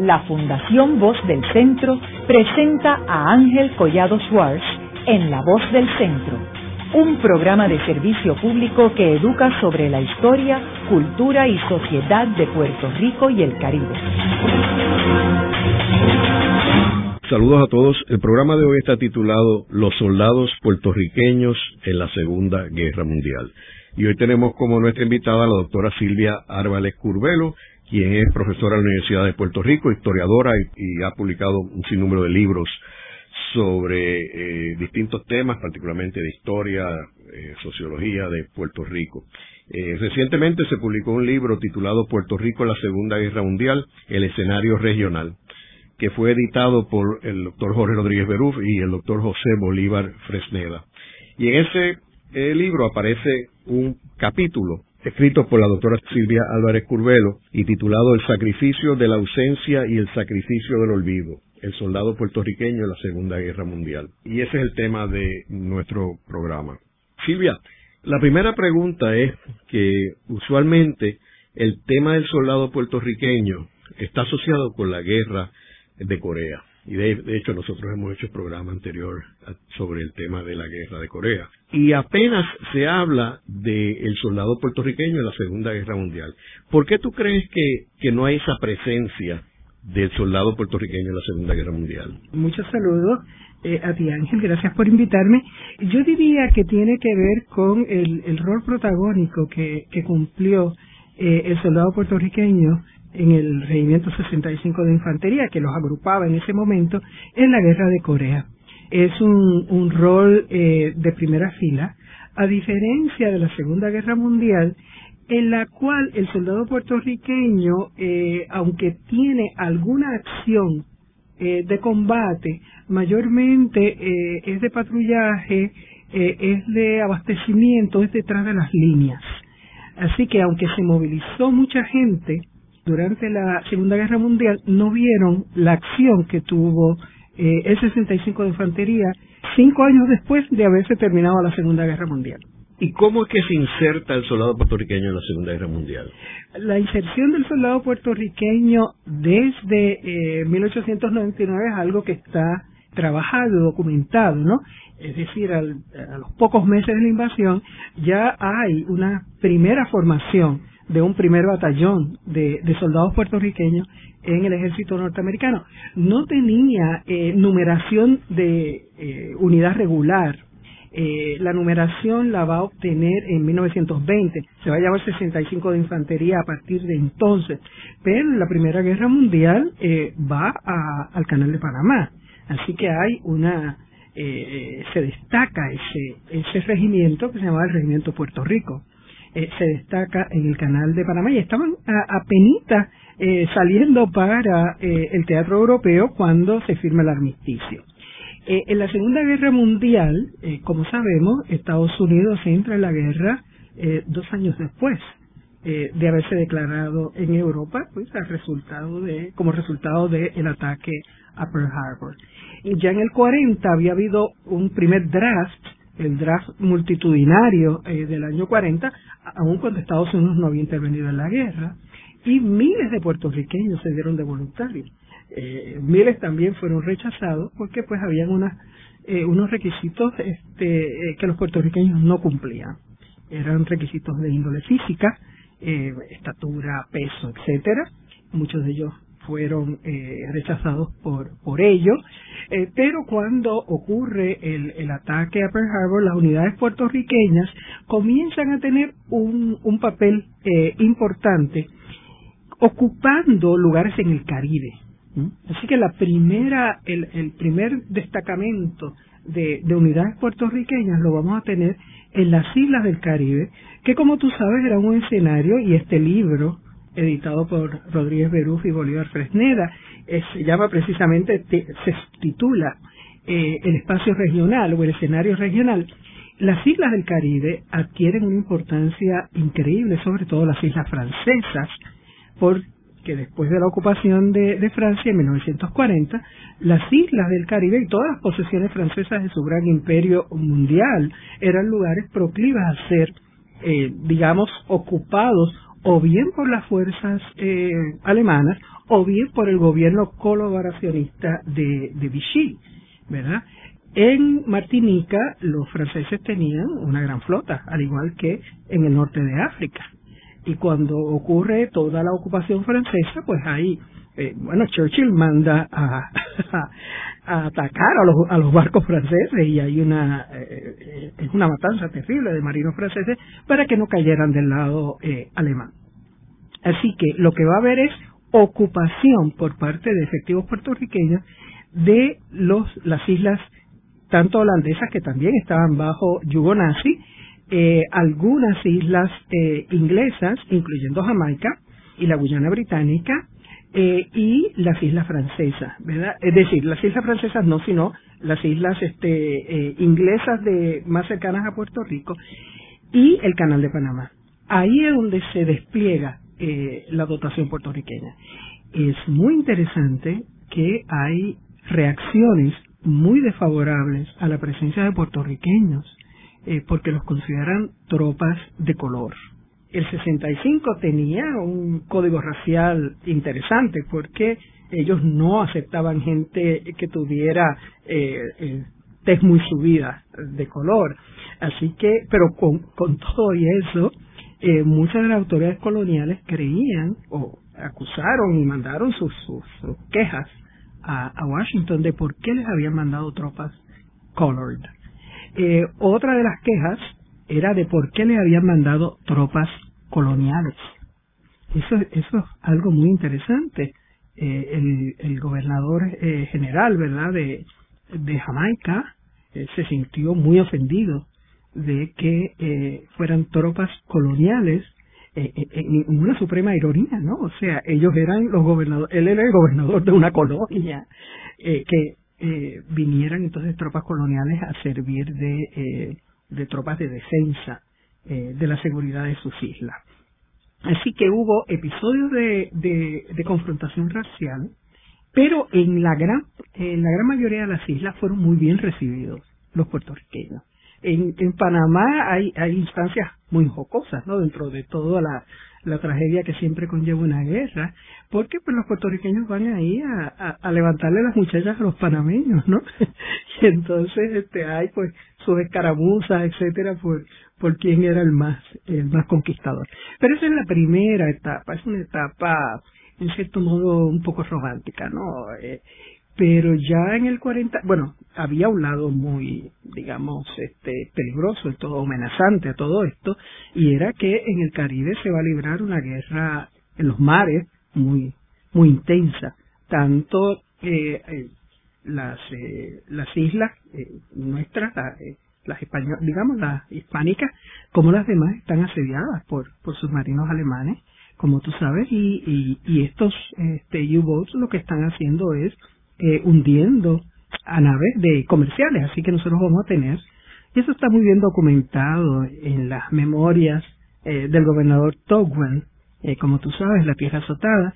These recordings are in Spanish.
la Fundación Voz del Centro presenta a Ángel Collado Schwartz en La Voz del Centro, un programa de servicio público que educa sobre la historia, cultura y sociedad de Puerto Rico y el Caribe. Saludos a todos. El programa de hoy está titulado Los soldados puertorriqueños en la Segunda Guerra Mundial. Y hoy tenemos como nuestra invitada a la doctora Silvia Árvales Curbelo, quien es profesora de la Universidad de Puerto Rico, historiadora y ha publicado un sinnúmero de libros sobre distintos temas, particularmente de historia, sociología de Puerto Rico. Recientemente se publicó un libro titulado Puerto Rico en la Segunda Guerra Mundial, el escenario regional, que fue editado por el doctor Jorge Rodríguez Beruf y el doctor José Bolívar Fresneda. Y en ese libro aparece un capítulo escrito por la doctora Silvia Álvarez Curbelo y titulado El sacrificio de la ausencia y el sacrificio del olvido, el soldado puertorriqueño en la Segunda Guerra Mundial. Y ese es el tema de nuestro programa. Silvia, la primera pregunta es que usualmente el tema del soldado puertorriqueño está asociado con la guerra de Corea. Y de hecho nosotros hemos hecho el programa anterior sobre el tema de la guerra de Corea. Y apenas se habla del soldado puertorriqueño en la Segunda Guerra Mundial. ¿Por qué tú crees que no hay esa presencia del soldado puertorriqueño en la Segunda Guerra Mundial? Muchos saludos a ti, Ángel, gracias por invitarme. Yo diría que tiene que ver con el rol protagónico que cumplió el soldado puertorriqueño en el Regimiento 65 de Infantería, que los agrupaba en ese momento en la Guerra de Corea. Es un rol de primera fila, a diferencia de la Segunda Guerra Mundial, en la cual el soldado puertorriqueño, aunque tiene alguna acción de combate, mayormente es de patrullaje, es de abastecimiento, es detrás de las líneas. Así que aunque se movilizó mucha gente durante la Segunda Guerra Mundial, no vieron la acción que tuvo el 65 de Infantería 5 años después de haberse terminado la Segunda Guerra Mundial. ¿Y cómo es que se inserta el soldado puertorriqueño en la Segunda Guerra Mundial? La inserción del soldado puertorriqueño desde 1899 es algo que está trabajado y documentado, ¿no? Es decir, a los pocos meses de la invasión ya hay una primera formación de un primer batallón de soldados puertorriqueños en el ejército norteamericano. No tenía numeración de unidad regular. La numeración la va a obtener en 1920. Se va a llamar 65 de Infantería a partir de entonces. Pero en la Primera Guerra Mundial va al Canal de Panamá. Así que hay se destaca ese regimiento que se llamaba el Regimiento Puerto Rico. Se destaca en el Canal de Panamá y estaban apenitas saliendo para el teatro europeo cuando se firma el armisticio. En la Segunda Guerra Mundial, como sabemos, Estados Unidos entra en la guerra 2 años después de haberse declarado en Europa, pues como resultado del ataque a Pearl Harbor. Y ya en el 40 había habido un primer draft, el draft multitudinario del año 40, aun cuando Estados Unidos no había intervenido en la guerra, y miles de puertorriqueños se dieron de voluntarios. Miles también fueron rechazados porque pues habían unos requisitos que los puertorriqueños no cumplían. Eran requisitos de índole física, estatura, peso, etcétera. Muchos de ellos fueron rechazados por ello, pero cuando ocurre el ataque a Pearl Harbor, las unidades puertorriqueñas comienzan a tener un papel importante, ocupando lugares en el Caribe. Así que el primer destacamento de unidades puertorriqueñas lo vamos a tener en las islas del Caribe, que como tú sabes era un escenario, y este libro editado por Rodríguez Beruf y Bolívar Fresneda se llama precisamente, se titula el espacio regional o el escenario regional. Las islas del Caribe adquieren una importancia increíble, sobre todo las islas francesas, porque después de la ocupación de Francia en 1940, las islas del Caribe y todas las posesiones francesas de su gran imperio mundial eran lugares proclives a ser, ocupados o bien por las fuerzas alemanas, o bien por el gobierno colaboracionista de Vichy, ¿verdad? En Martinica los franceses tenían una gran flota, al igual que en el norte de África. Y cuando ocurre toda la ocupación francesa, pues ahí, Churchill manda a atacar a los barcos franceses y hay es una matanza terrible de marinos franceses para que no cayeran del lado alemán. Así que lo que va a haber es ocupación por parte de efectivos puertorriqueños de las islas tanto holandesas, que también estaban bajo yugo nazi, algunas islas inglesas, incluyendo Jamaica y la Guyana Británica, y las islas francesas, ¿verdad? Es decir, las islas francesas no, sino las islas inglesas más cercanas a Puerto Rico y el Canal de Panamá. Ahí es donde se despliega la dotación puertorriqueña. Es muy interesante que hay reacciones muy desfavorables a la presencia de puertorriqueños, porque los consideran tropas de color. El 65 tenía un código racial interesante porque ellos no aceptaban gente que tuviera tez muy subida de color. Así que, pero con todo y eso, muchas de las autoridades coloniales creían o acusaron y mandaron sus quejas a Washington de por qué les habían mandado tropas colored. Otra de las quejas era de por qué les habían mandado tropas coloniales. Eso es algo muy interesante. El gobernador general, ¿verdad?, de Jamaica se sintió muy ofendido de que fueran tropas coloniales, en una suprema ironía, ¿no? O sea, ellos eran los gobernadores, él era el gobernador de una colonia, que vinieran entonces tropas coloniales a servir de tropas de defensa de la seguridad de sus islas. Así que hubo episodios de confrontación racial, pero en la gran mayoría de las islas fueron muy bien recibidos los puertorriqueños. En Panamá hay instancias muy jocosas, ¿no?, dentro de toda la tragedia que siempre conlleva una guerra, porque pues los puertorriqueños van ahí a levantarle las muchachas a los panameños, ¿no? Y entonces hay pues sus escaramuzas, etcétera, por quién era el más conquistador. Pero esa es la primera etapa, es una etapa en cierto modo un poco romántica, ¿no? Pero ya en el 40, había un lado muy, digamos, peligroso y todo amenazante a todo esto, y era que en el Caribe se va a librar una guerra en los mares muy, muy intensa. Tanto las islas nuestras, las españolas, digamos las hispánicas, como las demás están asediadas por submarinos alemanes, como tú sabes, y estos U-boats lo que están haciendo es hundiendo a naves comerciales, así que nosotros vamos a tener, y eso está muy bien documentado en las memorias del gobernador Tocqueville, como tú sabes, La Tierra Azotada,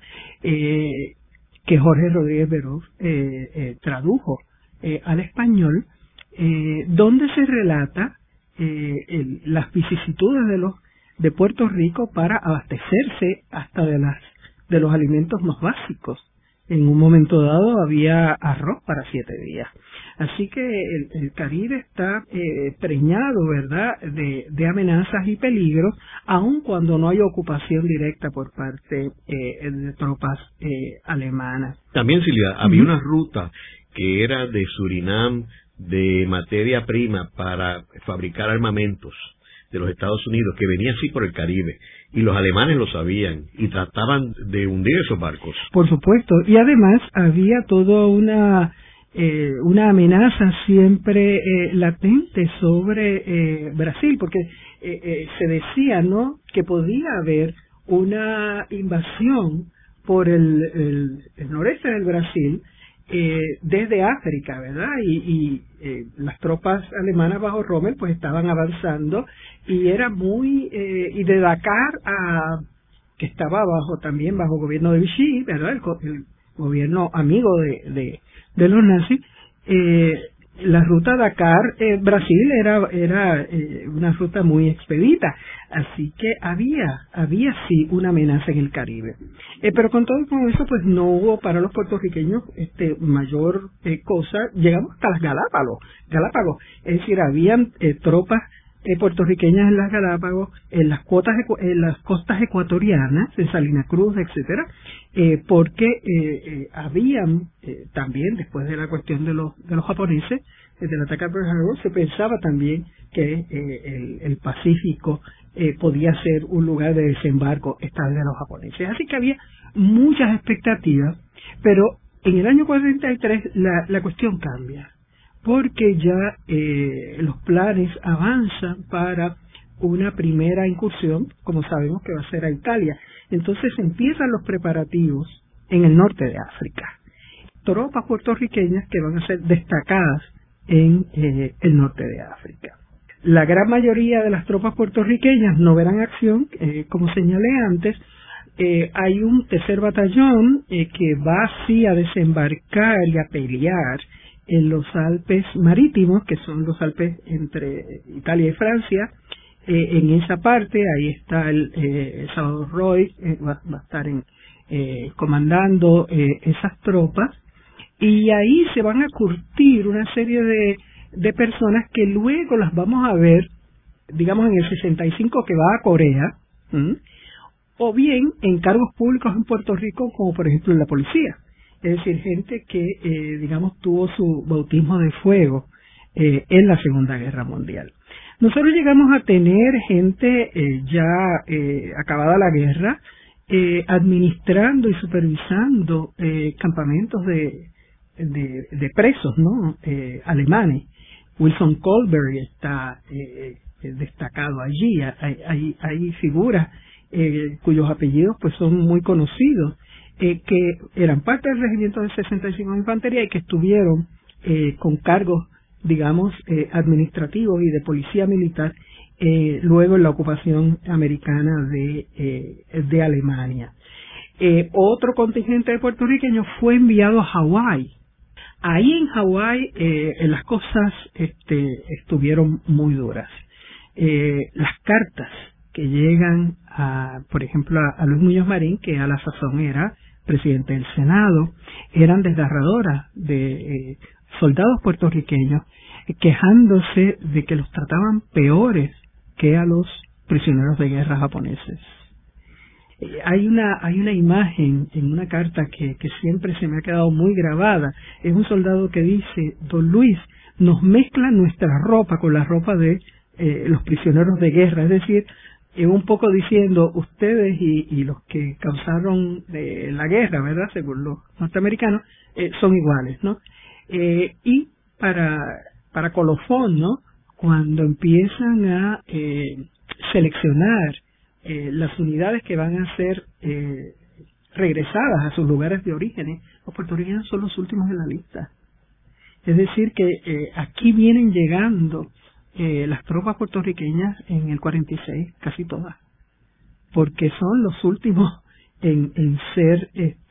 que Jorge Rodríguez Beró tradujo al español, donde se relata las vicisitudes de Puerto Rico para abastecerse hasta de los alimentos más básicos. En un momento dado había arroz para 7 días. Así que el Caribe está preñado, ¿verdad?, de amenazas y peligros, aun cuando no hay ocupación directa por parte de tropas alemanas. También, Silvia, había una ruta que era de Surinam, de materia prima para fabricar armamentos de los Estados Unidos, que venía así por el Caribe, y los alemanes lo sabían y trataban de hundir esos barcos. Por supuesto, y además había toda una amenaza siempre latente sobre Brasil, porque se decía, ¿no?, que podía haber una invasión por el noreste del Brasil, desde África, ¿verdad? Y las tropas alemanas bajo Rommel pues estaban avanzando, y era muy y de Dakar que estaba también bajo gobierno de Vichy, ¿verdad? El gobierno amigo de los nazis, la ruta Dakar-Brasil era una ruta muy expedita, así que había sí una amenaza en el Caribe. Pero con todo y con eso, pues no hubo para los puertorriqueños mayor cosa. Llegamos hasta las Galápagos, es decir, habían tropas puertorriqueñas en las Galápagos, en las costas ecuatorianas, en Salina Cruz, etcétera, porque habían también, después de la cuestión de los japoneses, del ataque a Pearl Harbor, se pensaba también que el Pacífico podía ser un lugar de desembarco esta vez de los japoneses. Así que había muchas expectativas, pero en el año 43 la cuestión cambia, porque ya los planes avanzan para una primera incursión, como sabemos que va a ser a Italia. Entonces empiezan los preparativos en el norte de África. Tropas puertorriqueñas que van a ser destacadas en el norte de África. La gran mayoría de las tropas puertorriqueñas no verán acción, como señalé antes. Hay un tercer batallón que va así a desembarcar y a pelear en los Alpes marítimos, que son los Alpes entre Italia y Francia. En esa parte, ahí está el Salvador Roy, va a estar comandando esas tropas, y ahí se van a curtir una serie de personas que luego las vamos a ver, digamos en el 65, que va a Corea, o bien en cargos públicos en Puerto Rico, como por ejemplo en la policía. Es decir, gente que, digamos, tuvo su bautismo de fuego en la Segunda Guerra Mundial. Nosotros llegamos a tener gente ya acabada la guerra, administrando y supervisando campamentos de presos, ¿no? Alemanes. Wilson Colberg está destacado allí. Hay figuras cuyos apellidos pues son muy conocidos, que eran parte del regimiento del 65 de Infantería y que estuvieron con cargos, digamos, administrativos y de policía militar luego en la ocupación americana de Alemania. Otro contingente de puertorriqueños fue enviado a Hawái. Ahí en Hawái las cosas estuvieron muy duras. Las cartas que llegan por ejemplo, a Luis Muñoz Marín, que a la sazón era presidente del Senado, eran desgarradoras de soldados puertorriqueños quejándose de que los trataban peores que a los prisioneros de guerra japoneses. Hay una imagen en una carta que siempre se me ha quedado muy grabada. Es un soldado que dice: don Luis, nos mezcla nuestra ropa con la ropa de los prisioneros de guerra, es decir, un poco diciendo, ustedes y los que causaron la guerra, ¿verdad?, según los norteamericanos, son iguales, ¿no? Y para colofón, ¿no?, cuando empiezan a seleccionar las unidades que van a ser regresadas a sus lugares de origen, los puertorriqueños son los últimos en la lista. Es decir, que aquí vienen llegando las tropas puertorriqueñas en el 46, casi todas, porque son los últimos en ser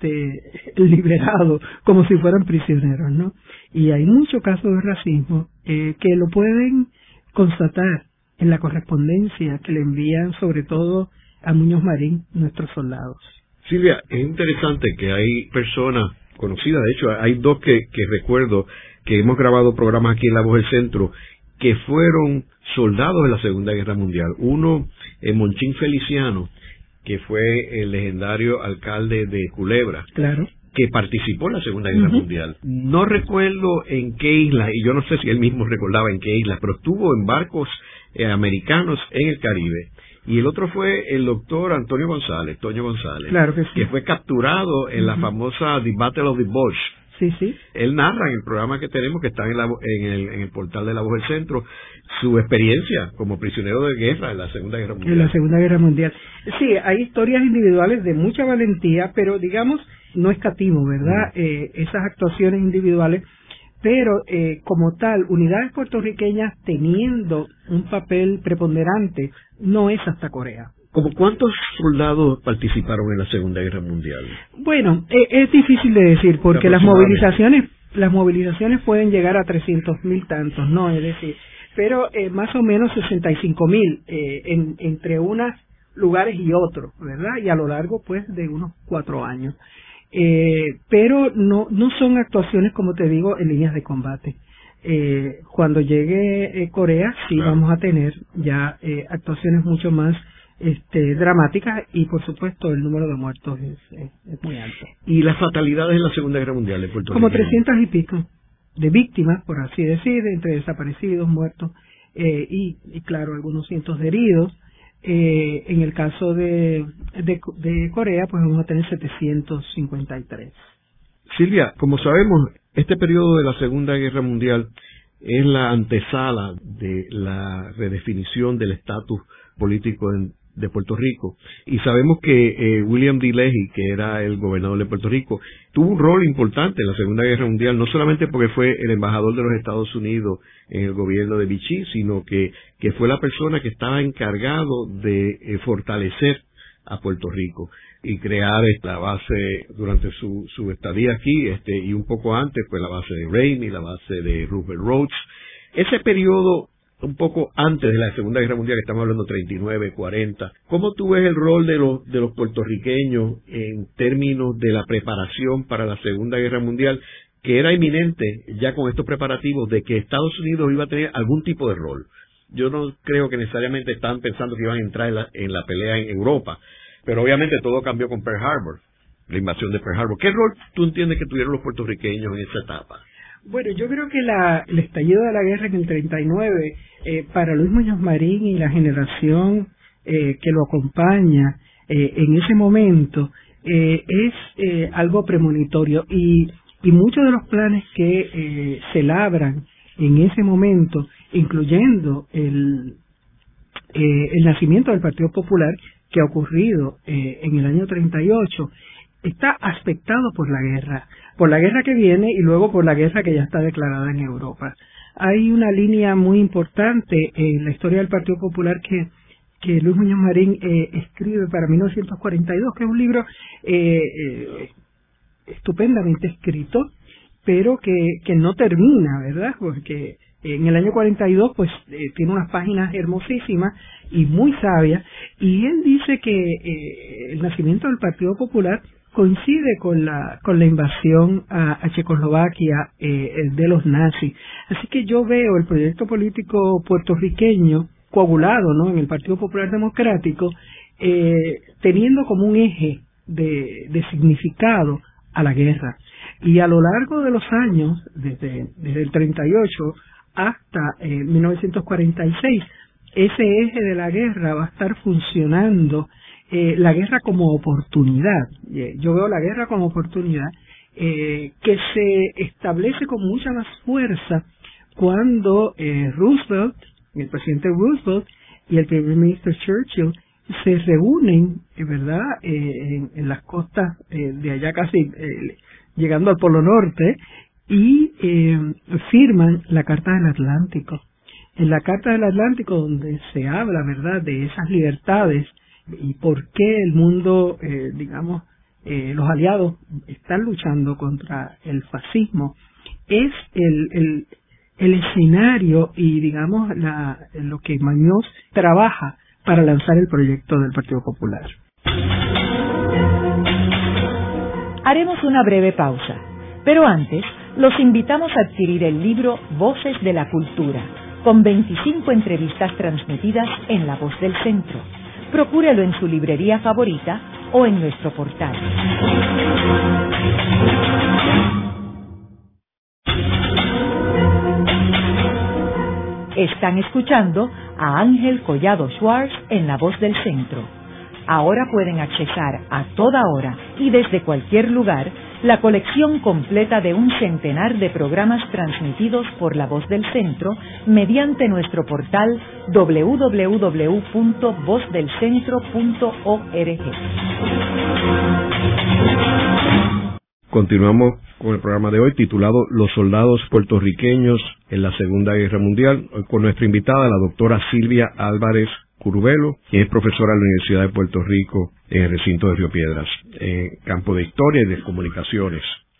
liberados como si fueran prisioneros, ¿no? Y hay muchos casos de racismo que lo pueden constatar en la correspondencia que le envían sobre todo a Muñoz Marín nuestros soldados. Silvia, es interesante que hay personas conocidas, de hecho hay dos que recuerdo que hemos grabado programas aquí en La Voz del Centro, que fueron soldados de la Segunda Guerra Mundial. Uno, Monchín Feliciano, que fue el legendario alcalde de Culebra, claro, que participó en la Segunda Guerra Mundial. No recuerdo en qué isla, y yo no sé si él mismo recordaba en qué isla, pero estuvo en barcos americanos en el Caribe. Y el otro fue el doctor Antonio González, Toño González, claro que sí, que fue capturado en la famosa The Battle of the Bulge. Sí, sí. Él narra en el programa que tenemos, que está en el portal de La Voz del Centro, su experiencia como prisionero de guerra en la Segunda Guerra Mundial. En la Segunda Guerra Mundial. Sí, hay historias individuales de mucha valentía, pero digamos, no escatimo, ¿verdad? Esas actuaciones individuales, pero como tal, unidades puertorriqueñas teniendo un papel preponderante, no es hasta Corea. ¿Cómo cuántos soldados participaron en la Segunda Guerra Mundial? Bueno, es difícil de decir, porque las movilizaciones las movilizaciones pueden llegar a 300.000 tantos, ¿no? Es decir, pero más o menos 65.000 entre unos lugares y otros, ¿verdad? Y a lo largo, pues, de unos 4 años. Pero no son actuaciones, como te digo, en líneas de combate. Cuando llegue Corea, sí vamos a tener ya actuaciones mucho más dramáticas, y por supuesto el número de muertos es muy alto. ¿Y las fatalidades en la Segunda Guerra Mundial de Puerto Rico? Como 300 y pico de víctimas, por así decir, entre desaparecidos, muertos y claro, algunos cientos de heridos. En el caso de Corea, pues vamos a tener 753. Silvia, como sabemos, este periodo de la Segunda Guerra Mundial es la antesala de la redefinición del estatus político de Puerto Rico, y sabemos que William D. Leahy, que era el gobernador de Puerto Rico, tuvo un rol importante en la Segunda Guerra Mundial, no solamente porque fue el embajador de los Estados Unidos en el gobierno de Vichy, sino que fue la persona que estaba encargado de fortalecer a Puerto Rico y crear la base durante su estadía aquí, y un poco antes, pues la base de Ramey, la base de Roosevelt Roads. Ese periodo un poco antes de la Segunda Guerra Mundial, que estamos hablando 39, 40, ¿cómo tú ves el rol de los puertorriqueños en términos de la preparación para la Segunda Guerra Mundial, que era inminente ya con estos preparativos de que Estados Unidos iba a tener algún tipo de rol? Yo no creo que necesariamente estaban pensando que iban a entrar en la pelea en Europa, pero obviamente todo cambió con Pearl Harbor, la invasión de Pearl Harbor. ¿Qué rol tú entiendes que tuvieron los puertorriqueños en esa etapa? Bueno, yo creo que el estallido de la guerra en el 39, para Luis Muñoz Marín y la generación que lo acompaña en ese momento, es algo premonitorio, y muchos de los planes que se labran en ese momento, incluyendo el nacimiento del Partido Popular, que ha ocurrido en el año 38, está aspectado por la guerra que viene y luego por la guerra que ya está declarada en Europa. Hay una línea muy importante en la historia del Partido Popular que Luis Muñoz Marín escribe para 1942, que es un libro estupendamente escrito, pero que no termina, ¿verdad? Porque en el año 42 pues tiene unas páginas hermosísimas y muy sabias, y él dice que el nacimiento del Partido Popular coincide con la invasión a Checoslovaquia de los nazis. Así que yo veo el proyecto político puertorriqueño coagulado, ¿no?, en el Partido Popular Democrático, teniendo como un eje de significado a la guerra. Y a lo largo de los años, desde el 38 hasta 1946, ese eje de la guerra va a estar funcionando, la guerra como oportunidad. Yo veo la guerra como oportunidad que se establece con mucha más fuerza cuando Roosevelt, el presidente Roosevelt y el primer ministro Churchill se reúnen, ¿verdad?, en las costas de allá casi llegando al Polo Norte, y firman la Carta del Atlántico. En la Carta del Atlántico, donde se habla, ¿verdad?, de esas libertades y por qué el mundo, los aliados están luchando contra el fascismo, es el escenario y, digamos, lo que Muñoz trabaja para lanzar el proyecto del Partido Popular. Haremos una breve pausa, pero antes los invitamos a adquirir el libro Voces de la Cultura, con 25 entrevistas transmitidas en La Voz del Centro. Procúrelo en su librería favorita o en nuestro portal. Están escuchando a Ángel Collado Schwartz en La Voz del Centro. Ahora pueden accesar a toda hora y desde cualquier lugar la colección completa de 100 de programas transmitidos por La Voz del Centro mediante nuestro portal www.vozdelcentro.org. Continuamos con el programa de hoy titulado Los soldados puertorriqueños en la Segunda Guerra Mundial, con nuestra invitada, la doctora Silvia Álvarez Curubelo, quien es profesora de la Universidad de Puerto Rico en el recinto de Río Piedras, en campo de Historia y de Comunicaciones.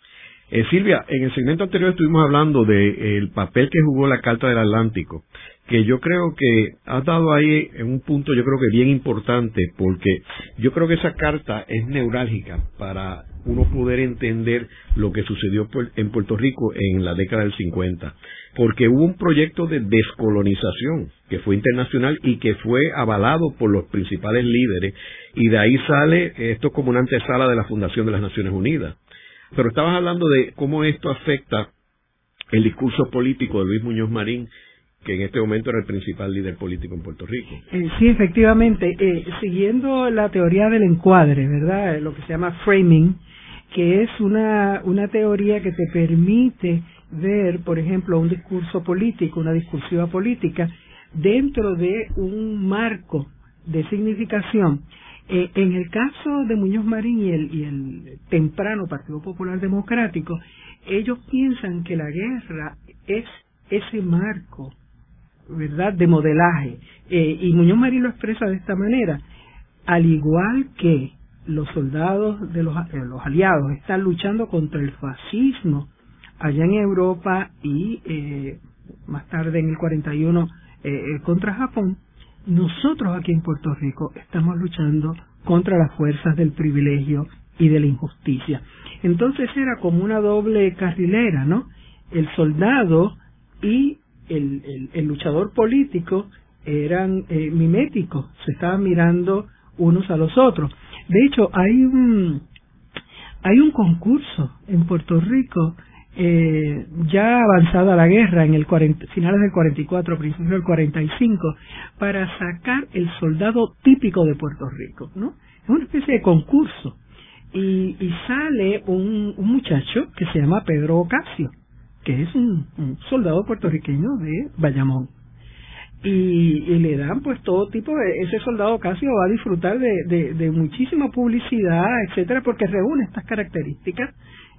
Silvia, en el segmento anterior estuvimos hablando del papel que jugó la Carta del Atlántico, que yo creo que has dado ahí en un punto yo creo que bien importante, porque yo creo que esa carta es neurálgica para uno poder entender lo que sucedió en Puerto Rico en la década del 50, porque hubo un proyecto de descolonización que fue internacional y que fue avalado por los principales líderes, y de ahí sale esto como una antesala de la fundación de las Naciones Unidas. Pero estabas hablando de cómo esto afecta el discurso político de Luis Muñoz Marín, que en este momento era el principal líder político en Puerto Rico. Sí, efectivamente. Siguiendo la teoría del encuadre, ¿verdad? Lo que se llama framing, que es una teoría que te permite ver, por ejemplo, un discurso político, una discursiva política, dentro de un marco de significación. En el caso de Muñoz Marín y el temprano Partido Popular Democrático, ellos piensan que la guerra es ese marco, ¿verdad?, de modelaje. Y Muñoz Marín lo expresa de esta manera: al igual que los soldados de los aliados están luchando contra el fascismo allá en Europa y más tarde en el 41 contra Japón, nosotros aquí en Puerto Rico estamos luchando contra las fuerzas del privilegio y de la injusticia. Entonces era como una doble carrilera, ¿no? El soldado y el luchador político eran miméticos, se estaban mirando unos a los otros. De hecho, hay un concurso en Puerto Rico ya avanzada la guerra, en finales del 44, principios del 45, para sacar el soldado típico de Puerto Rico, ¿no? Es una especie de concurso. Y sale un muchacho que se llama Pedro Ocasio, que es un soldado puertorriqueño de Bayamón. Y le dan pues todo tipo de... Ese soldado Ocasio va a disfrutar de muchísima publicidad, etcétera, porque reúne estas características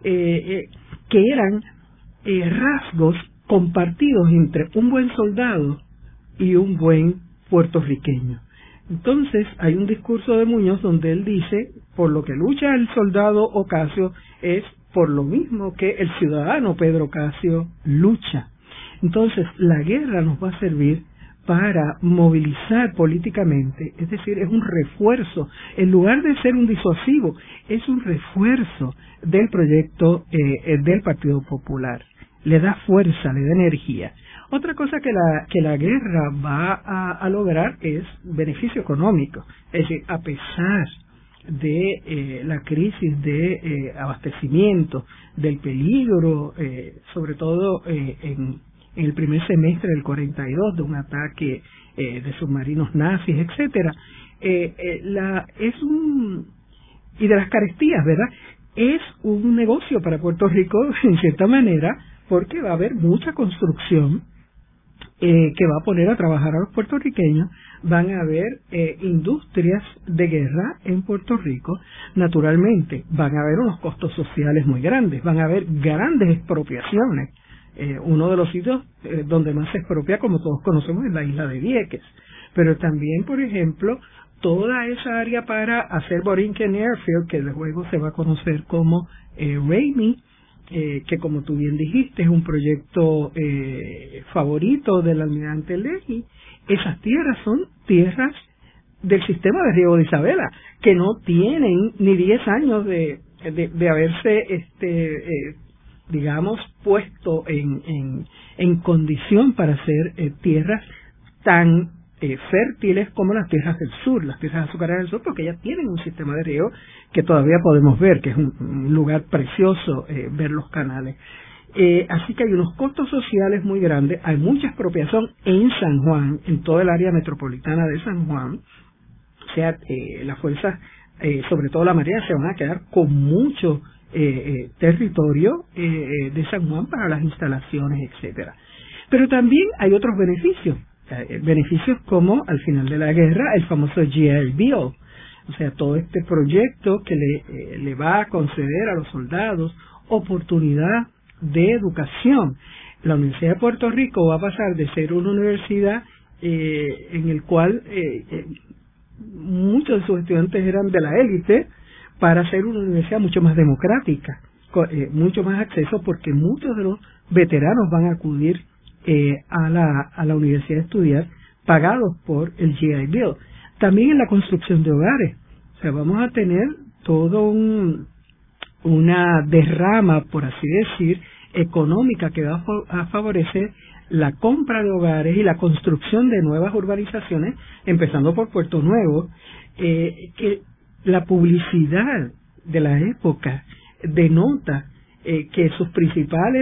que eran rasgos compartidos entre un buen soldado y un buen puertorriqueño. Entonces hay un discurso de Muñoz donde él dice: por lo que lucha el soldado Ocasio es por lo mismo que el ciudadano Pedro Ocasio lucha. Entonces la guerra nos va a servir para movilizar políticamente, es decir, es un refuerzo, en lugar de ser un disuasivo, es un refuerzo del proyecto del Partido Popular. Le da fuerza, le da energía. Otra cosa que la guerra va a lograr es beneficio económico, es decir, a pesar de la crisis de abastecimiento, del peligro, sobre todo en el primer semestre del 42, de un ataque de submarinos nazis, etcétera, y de las carestías, ¿verdad? Es un negocio para Puerto Rico, en cierta manera, porque va a haber mucha construcción que va a poner a trabajar a los puertorriqueños. Van a haber industrias de guerra en Puerto Rico. Naturalmente, van a haber unos costos sociales muy grandes, van a haber grandes expropiaciones. Uno de los sitios donde más se expropia, como todos conocemos, es la isla de Vieques. Pero también, por ejemplo, toda esa área para hacer Borinquen Airfield, que luego se va a conocer como Ramey, que como tú bien dijiste, es un proyecto favorito del almirante Leahy. Esas tierras son tierras del sistema de riego de Isabela, que no tienen ni 10 años de haberse digamos, puesto en condición para ser tierras tan fértiles como las tierras del sur, las tierras azucareras del sur, porque ellas tienen un sistema de riego que todavía podemos ver, que es un lugar precioso ver los canales. Así que hay unos costos sociales muy grandes, hay mucha expropiación en San Juan, en toda el área metropolitana de San Juan. O sea, las fuerzas, sobre todo la Marina, se van a quedar con mucho territorio de San Juan para las instalaciones, etcétera. Pero también hay otros beneficios como al final de la guerra el famoso GI Bill, o sea, todo este proyecto que le va a conceder a los soldados oportunidad de educación. La Universidad de Puerto Rico va a pasar de ser una universidad en el cual muchos de sus estudiantes eran de la élite, para ser una universidad mucho más democrática. mucho más acceso, porque muchos de los veteranos van a acudir a la universidad a estudiar, pagados por el GI Bill. También en la construcción de hogares. O sea, vamos a tener todo una derrama, por así decir, económica que va a favorecer la compra de hogares y la construcción de nuevas urbanizaciones, empezando por Puerto Nuevo, que la publicidad de la época denota que sus principales,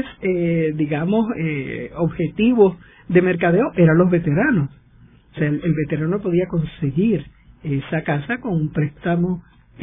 objetivos de mercadeo eran los veteranos. O sea, el veterano podía conseguir esa casa con un préstamo,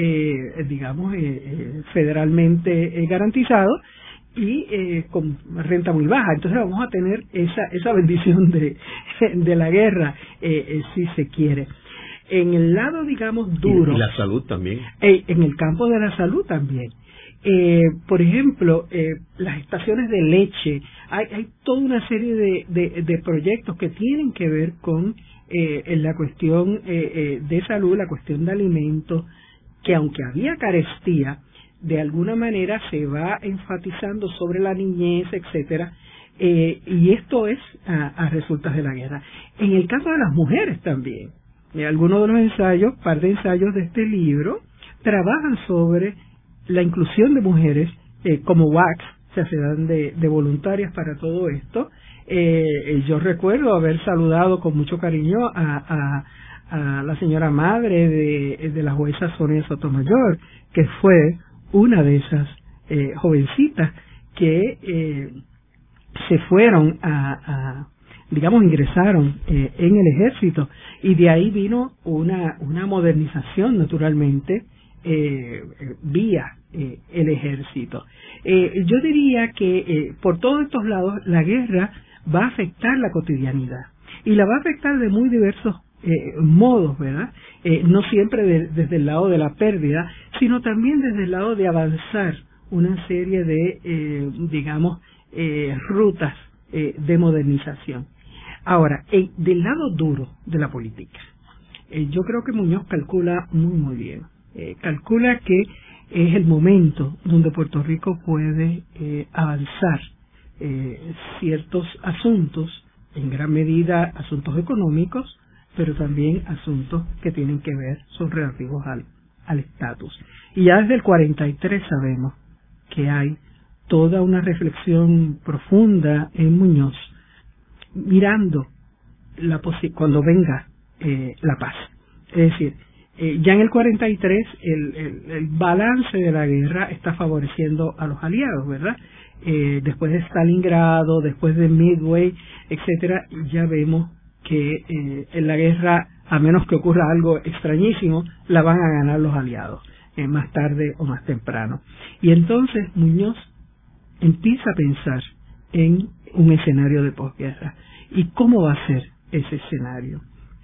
federalmente garantizado y con renta muy baja. Entonces vamos a tener esa bendición de la guerra, si se quiere. En el lado, duro. Y la salud también. En el campo de la salud también. Por ejemplo, las estaciones de leche. Hay toda una serie de proyectos que tienen que ver con la cuestión de salud, la cuestión de alimentos, que aunque había carestía, de alguna manera se va enfatizando sobre la niñez, etcétera, y esto es a resultas de la guerra. En el caso de las mujeres también, algunos de los ensayos, par de ensayos de este libro, trabajan sobre la inclusión de mujeres como WACs, o sea, se dan de voluntarias para todo esto. Yo recuerdo haber saludado con mucho cariño a la señora madre de la jueza Sonia Sotomayor, que fue una de esas jovencitas que se fueron ingresaron en el ejército, y de ahí vino una modernización, naturalmente, vía el ejército. Yo diría que por todos estos lados la guerra va a afectar la cotidianidad, y la va a afectar de muy diversos modos, ¿verdad? No siempre desde el lado de la pérdida, sino también desde el lado de avanzar una serie de, rutas de modernización. Ahora, del lado duro de la política, yo creo que Muñoz calcula muy bien. Calcula que es el momento donde Puerto Rico puede avanzar ciertos asuntos, en gran medida asuntos económicos, pero también asuntos que tienen que ver, son relativos al estatus. Y ya desde el 43 sabemos que hay toda una reflexión profunda en Muñoz, mirando cuando venga la paz. Es decir, ya en el 43 el balance de la guerra está favoreciendo a los aliados, ¿verdad? Después de Stalingrado, después de Midway, etcétera, ya vemos que en la guerra, a menos que ocurra algo extrañísimo, la van a ganar los aliados, más tarde o más temprano. Y entonces Muñoz empieza a pensar en un escenario de posguerra y cómo va a ser ese escenario.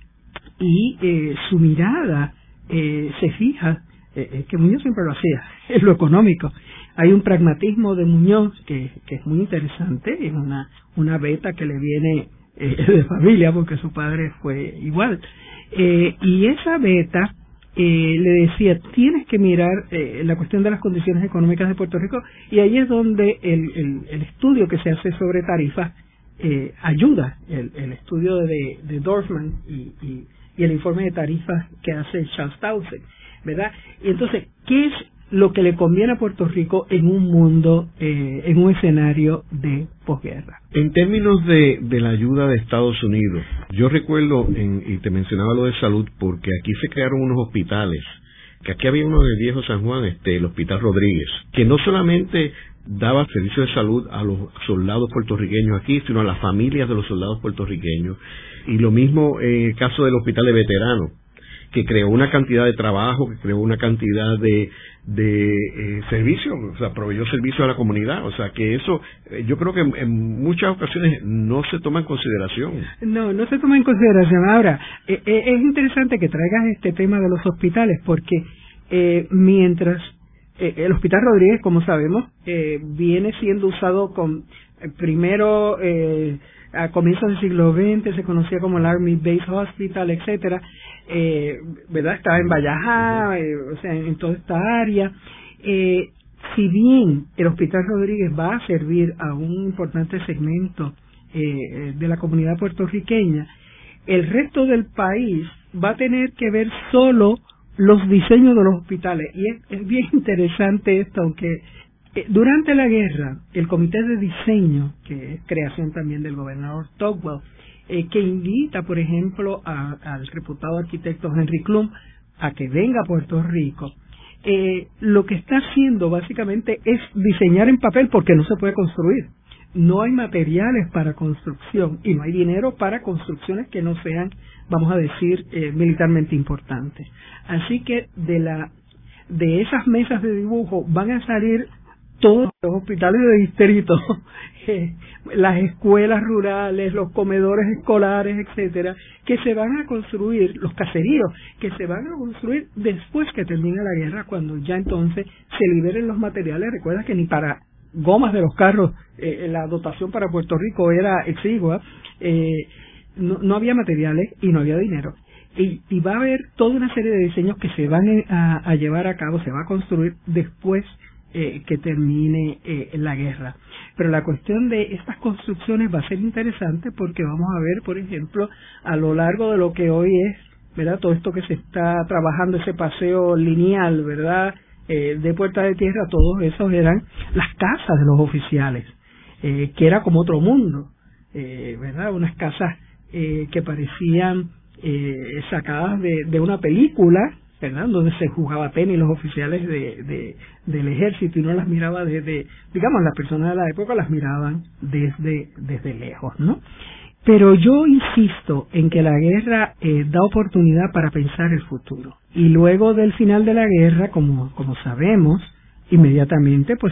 Y su mirada se fija, que Muñoz siempre lo hacía, en lo económico. Hay un pragmatismo de Muñoz que es muy interesante, es una beta que le viene de familia, porque su padre fue igual. Y esa beta le decía, tienes que mirar la cuestión de las condiciones económicas de Puerto Rico, y ahí es donde el estudio que se hace sobre tarifas ayuda, el estudio de Dorfman y el informe de tarifas que hace Charles Townsend, ¿verdad? Y entonces, ¿qué es lo que le conviene a Puerto Rico en un mundo, en un escenario de posguerra? En términos de la ayuda de Estados Unidos, yo recuerdo, y te mencionaba lo de salud, porque aquí se crearon unos hospitales, que aquí había uno en el Viejo San Juan, el Hospital Rodríguez, que no solamente daba servicio de salud a los soldados puertorriqueños aquí, sino a las familias de los soldados puertorriqueños, y lo mismo en el caso del Hospital de Veteranos, que creó una cantidad de trabajo, que creó una cantidad de servicios, o sea, proveyó servicio a la comunidad. O sea, que eso, yo creo que en muchas ocasiones no se toma en consideración. No se toma en consideración. Ahora, es interesante que traigas este tema de los hospitales, porque mientras el Hospital Rodríguez, como sabemos, viene siendo usado primero a comienzos del siglo XX, se conocía como el Army Base Hospital, etcétera, ¿verdad? Estaba en Vallajá, o sea, en toda esta área. si bien el Hospital Rodríguez va a servir a un importante segmento de la comunidad puertorriqueña, el resto del país va a tener que ver solo los diseños de los hospitales. Y es bien interesante esto, aunque durante la guerra, el comité de diseño, que es creación también del gobernador Tocqueville, que invita, por ejemplo, al reputado arquitecto Henry Klum a que venga a Puerto Rico, lo que está haciendo básicamente es diseñar en papel, porque no se puede construir. No hay materiales para construcción y no hay dinero para construcciones que no sean, vamos a decir, militarmente importantes. Así que de esas mesas de dibujo van a salir todos los hospitales de distrito, las escuelas rurales, los comedores escolares, etcétera, que se van a construir, los caseríos, que se van a construir después que termine la guerra, cuando ya entonces se liberen los materiales. Recuerda que ni para gomas de los carros la dotación para Puerto Rico era exigua, no había materiales y no había dinero. Y va a haber toda una serie de diseños que se van a llevar a cabo, se va a construir después que termine la guerra. Pero la cuestión de estas construcciones va a ser interesante, porque vamos a ver, por ejemplo, a lo largo de lo que hoy es, ¿verdad?, todo esto que se está trabajando, ese paseo lineal, ¿verdad?, de Puerta de Tierra, todos esos eran las casas de los oficiales, que era como otro mundo, ¿verdad?, unas casas que parecían sacadas de una película, ¿verdad?, donde se jugaba tenis los oficiales del ejército, y no las miraba digamos, las personas de la época las miraban desde lejos, ¿no? Pero yo insisto en que la guerra da oportunidad para pensar el futuro. Y luego del final de la guerra, como sabemos, inmediatamente pues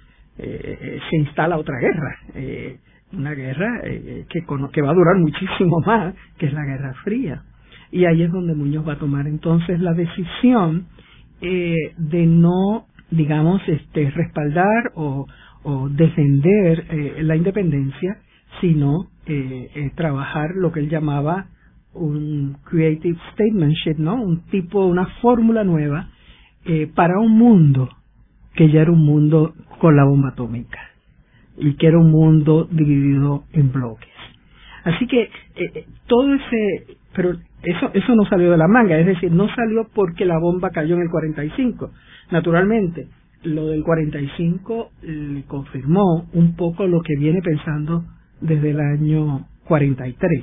se instala otra guerra, una guerra que va a durar muchísimo más, que es la Guerra Fría. Y ahí es donde Muñoz va a tomar entonces la decisión de no, digamos, respaldar o defender la independencia, sino trabajar lo que él llamaba un creative statementship, ¿no? Una fórmula nueva para un mundo que ya era un mundo con la bomba atómica y que era un mundo dividido en bloques. Así que todo pero eso no salió de la manga, es decir, no salió porque la bomba cayó en el 45. Naturalmente, lo del 45 le confirmó un poco lo que viene pensando desde el año 43,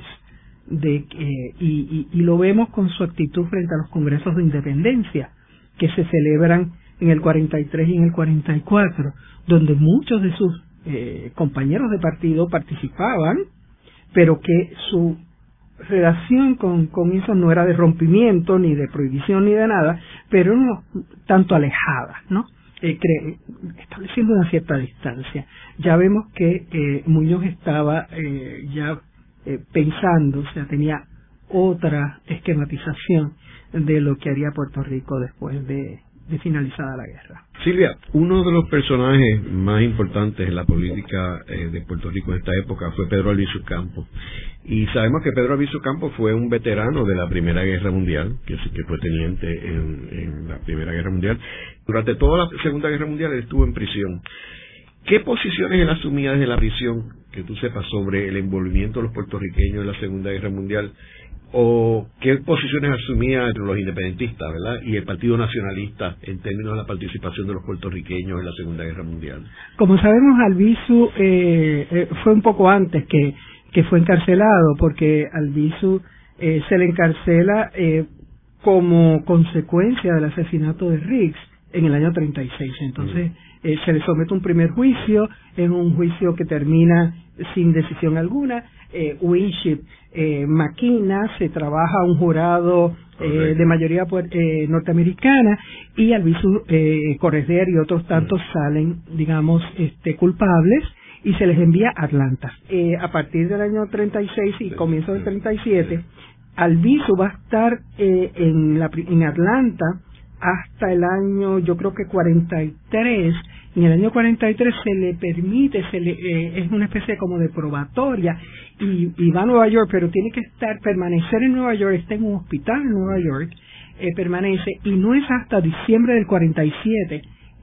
y lo vemos con su actitud frente a los congresos de independencia que se celebran en el 43 y en el 44, donde muchos de sus compañeros de partido participaban, pero que su relación con eso no era de rompimiento, ni de prohibición, ni de nada, pero no tanto alejada, ¿no? Estableciendo una cierta distancia. Ya vemos que Muñoz estaba pensando, o sea, tenía otra esquematización de lo que haría Puerto Rico después de finalizada la guerra. Silvia, uno de los personajes más importantes en la política de Puerto Rico en esta época fue Pedro Albizu Campos. Y sabemos que Pedro Albizu Campos fue un veterano de la Primera Guerra Mundial, que fue teniente en la Primera Guerra Mundial. Durante toda la Segunda Guerra Mundial él estuvo en prisión. ¿Qué posiciones él asumía desde la prisión, que tú sepas, sobre el envolvimiento de los puertorriqueños en la Segunda Guerra Mundial? ¿O qué posiciones asumía entre los independentistas, ¿verdad?, y el Partido Nacionalista en términos de la participación de los puertorriqueños en la Segunda Guerra Mundial? Como sabemos, Albizu fue un poco antes que fue encarcelado, porque Albizu se le encarcela como consecuencia del asesinato de Riggs en el año 36. Entonces se le somete un primer juicio, es un juicio que termina sin decisión alguna. Winship maquina, se trabaja un jurado de mayoría norteamericana, y Albizu Correger y otros tantos salen, digamos, culpables, y se les envía a Atlanta. A partir del año 36 y comienzo del 37, Albizu va a estar en Atlanta hasta el año, yo creo que 43. En el año 43 se le permite, es una especie como de probatoria, y va a Nueva York, pero tiene que permanecer en Nueva York, está en un hospital en Nueva York, permanece, y no es hasta diciembre del 47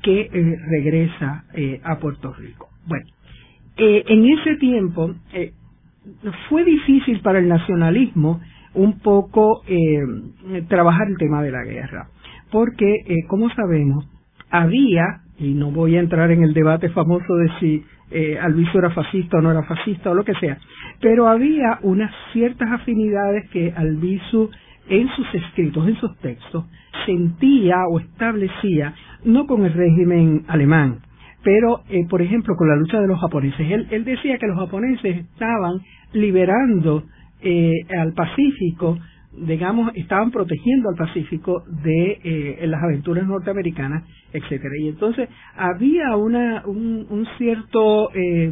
que regresa a Puerto Rico. Bueno, en ese tiempo fue difícil para el nacionalismo un poco trabajar el tema de la guerra, porque, como sabemos, había, y no voy a entrar en el debate famoso de si Albizu era fascista o no era fascista o lo que sea, pero había unas ciertas afinidades que Albizu en sus escritos, en sus textos, sentía o establecía, no con el régimen alemán, pero, por ejemplo, con la lucha de los japoneses. Él decía que los japoneses estaban liberando al Pacífico, digamos, estaban protegiendo al Pacífico de las aventuras norteamericanas, etcétera. Y entonces había un cierto,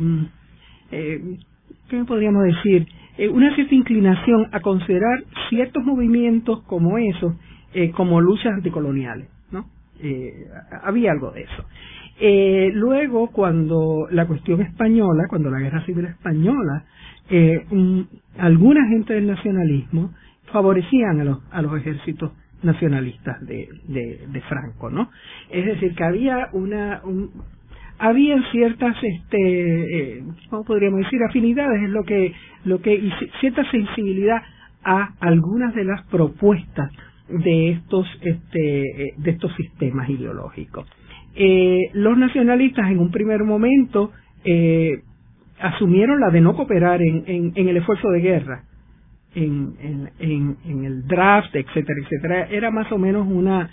¿qué podríamos decir? Una cierta inclinación a considerar ciertos movimientos como esos, como luchas anticoloniales, ¿no? Había algo de eso. Luego, cuando la cuestión española, cuando la Guerra Civil Española, alguna gente del nacionalismo favorecían a los ejércitos nacionalistas de Franco, ¿no? Es decir, que había había ciertas, ¿cómo podríamos decir? Afinidades, y cierta sensibilidad a algunas de las propuestas de estos sistemas ideológicos. Los nacionalistas en un primer momento asumieron la de no cooperar en el esfuerzo de guerra, en el draft, etcétera, etcétera. Era más o menos una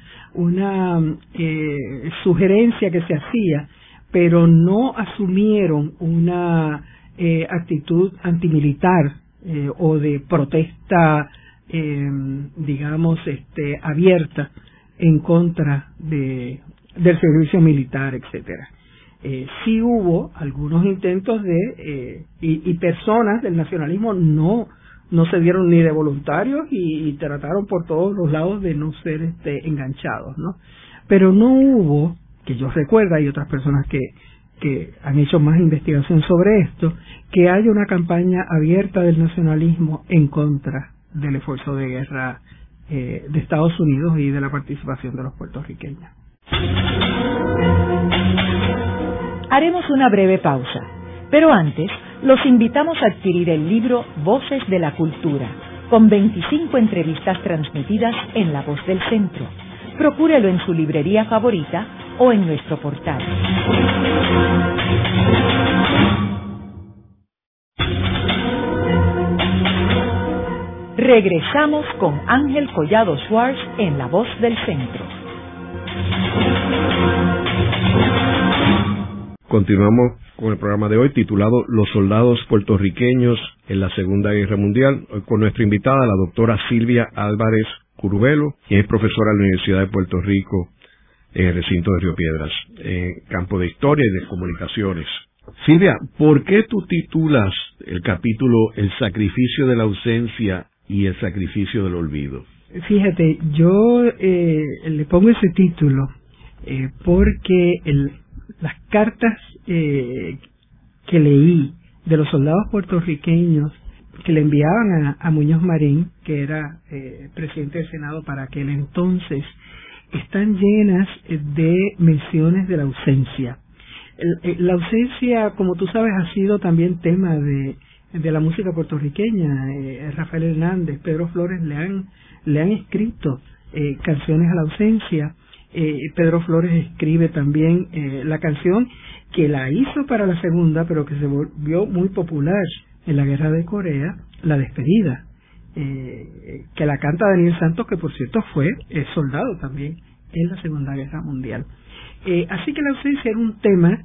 sugerencia que se hacía, pero no asumieron una actitud antimilitar o de protesta, digamos, abierta en contra del servicio militar, etcétera. Sí hubo algunos intentos y personas del nacionalismo no se dieron ni de voluntarios y trataron por todos los lados de no ser enganchados, ¿no? Pero no hubo, que yo recuerdo, hay otras personas que han hecho más investigación sobre esto, que haya una campaña abierta del nacionalismo en contra del esfuerzo de guerra de Estados Unidos y de la participación de los puertorriqueños. Haremos una breve pausa, pero antes los invitamos a adquirir el libro Voces de la Cultura, con 25 entrevistas transmitidas en La Voz del Centro. Procúrelo en su librería favorita o en nuestro portal. Regresamos con Ángel Collado Schwartz en La Voz del Centro. Continuamos con el programa de hoy titulado Los soldados puertorriqueños en la Segunda Guerra Mundial, hoy con nuestra invitada, la doctora Silvia Álvarez Curvelo, quien es profesora de la Universidad de Puerto Rico en el recinto de Río Piedras, campo de Historia y de Comunicaciones. Silvia, ¿por qué tú titulas el capítulo El sacrificio de la ausencia y el sacrificio del olvido? Fíjate, yo le pongo ese título porque las cartas que leí de los soldados puertorriqueños que le enviaban a Muñoz Marín, que era presidente del Senado para aquel entonces, están llenas de menciones de la ausencia. La ausencia, como tú sabes, ha sido también tema de la música puertorriqueña. Rafael Hernández, Pedro Flores le han escrito canciones a la ausencia. Pedro Flores escribe también la canción que la hizo para la segunda, pero que se volvió muy popular en la Guerra de Corea, La Despedida, que la canta Daniel Santos, que por cierto fue soldado también en la Segunda Guerra Mundial. Así que la ausencia era un tema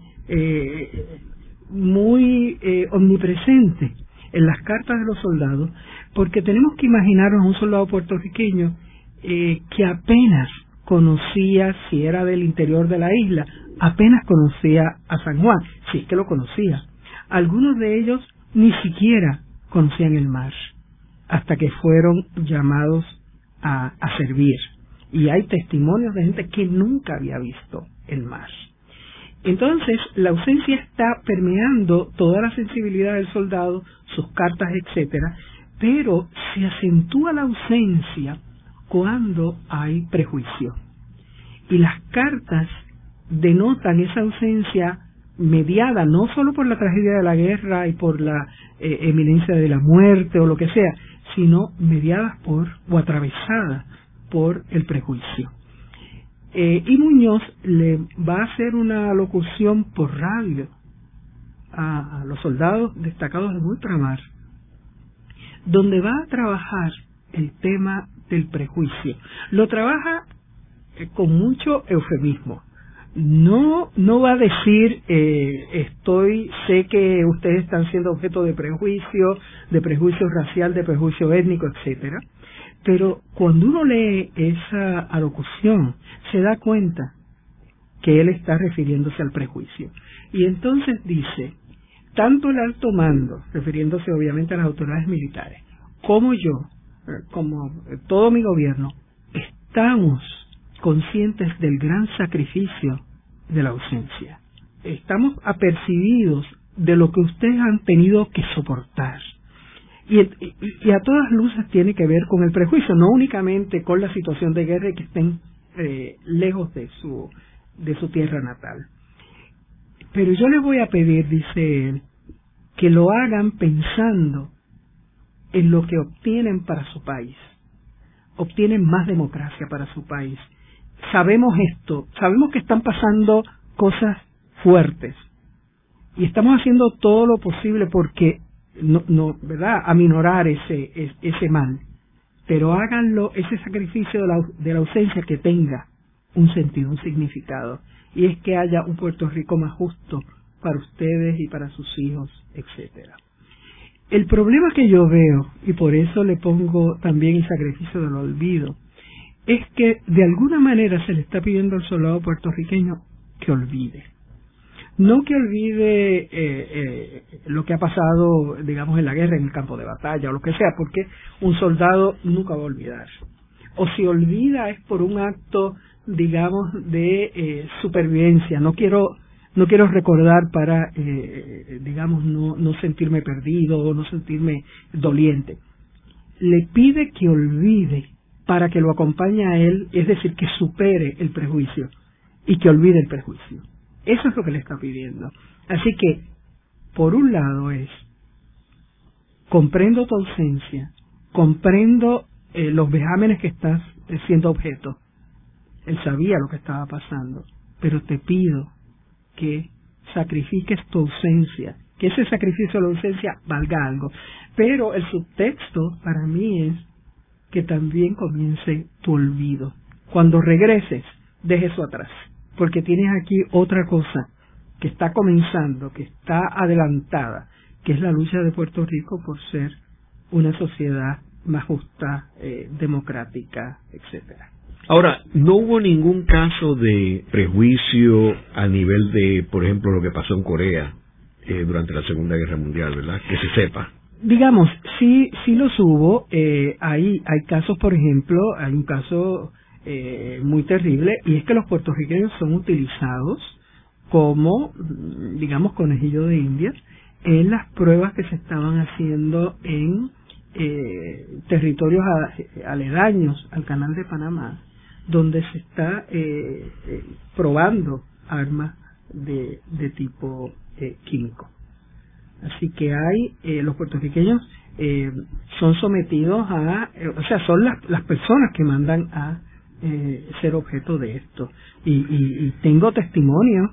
muy omnipresente en las cartas de los soldados, porque tenemos que imaginarnos un soldado puertorriqueño que apenas conocía, si era del interior de la isla, apenas conocía a San Juan, si es que lo conocía. Algunos de ellos ni siquiera conocían el mar, hasta que fueron llamados a servir. Y hay testimonios de gente que nunca había visto el mar. Entonces, la ausencia está permeando toda la sensibilidad del soldado, sus cartas, etcétera, pero se acentúa la ausencia cuando hay prejuicio. Y las cartas denotan esa ausencia mediada no solo por la tragedia de la guerra y por la eminencia de la muerte o lo que sea, sino mediadas por o atravesadas por el prejuicio. Y Muñoz le va a hacer una locución por radio a los soldados destacados de ultramar, donde va a trabajar el tema del prejuicio. Lo trabaja con mucho eufemismo. No va a decir sé que ustedes están siendo objeto de prejuicio racial, de prejuicio étnico, etcétera. Pero cuando uno lee esa alocución, se da cuenta que él está refiriéndose al prejuicio. Y entonces dice, tanto el alto mando, refiriéndose obviamente a las autoridades militares, como yo, como todo mi gobierno, estamos conscientes del gran sacrificio de la ausencia. Estamos apercibidos de lo que ustedes han tenido que soportar. Y a todas luces tiene que ver con el prejuicio, no únicamente con la situación de guerra y que estén lejos de su tierra natal. Pero yo les voy a pedir, dice él, que lo hagan pensando en lo que obtienen para su país. Obtienen más democracia para su país. Sabemos esto, sabemos que están pasando cosas fuertes y estamos haciendo todo lo posible porque ¿verdad?, aminorar ese mal, pero háganlo, ese sacrificio de la ausencia, que tenga un sentido, un significado, y es que haya un Puerto Rico más justo para ustedes y para sus hijos, etcétera. El problema que yo veo, y por eso le pongo también el sacrificio del olvido, es que de alguna manera se le está pidiendo al soldado puertorriqueño que olvide. No que olvide lo que ha pasado, digamos, en la guerra, en el campo de batalla o lo que sea, porque un soldado nunca va a olvidar. O si olvida es por un acto, digamos, de supervivencia. No quiero recordar para, digamos, no sentirme perdido o no sentirme doliente. Le pide que olvide para que lo acompañe a él, es decir, que supere el prejuicio y que olvide el prejuicio. Eso es lo que le está pidiendo. Así que, por un lado comprendo tu ausencia, comprendo los vejámenes que estás siendo objeto. Él sabía lo que estaba pasando, pero te pido que sacrifiques tu ausencia, que ese sacrificio de la ausencia valga algo. Pero el subtexto para mí es que también comience tu olvido. Cuando regreses, deja eso atrás, porque tienes aquí otra cosa que está comenzando, que está adelantada, que es la lucha de Puerto Rico por ser una sociedad más justa, democrática, etcétera. Ahora, no hubo ningún caso de prejuicio a nivel de, por ejemplo, lo que pasó en Corea durante la Segunda Guerra Mundial, ¿verdad? Que se sepa. Digamos, sí los hubo. Hay casos, por ejemplo, hay un caso muy terrible, y es que los puertorriqueños son utilizados como, digamos, conejillo de Indias en las pruebas que se estaban haciendo en territorios aledaños al Canal de Panamá, donde se está probando armas de tipo químico. Así que los puertorriqueños son sometidos son las personas que mandan a ser objeto de esto. Y tengo testimonio,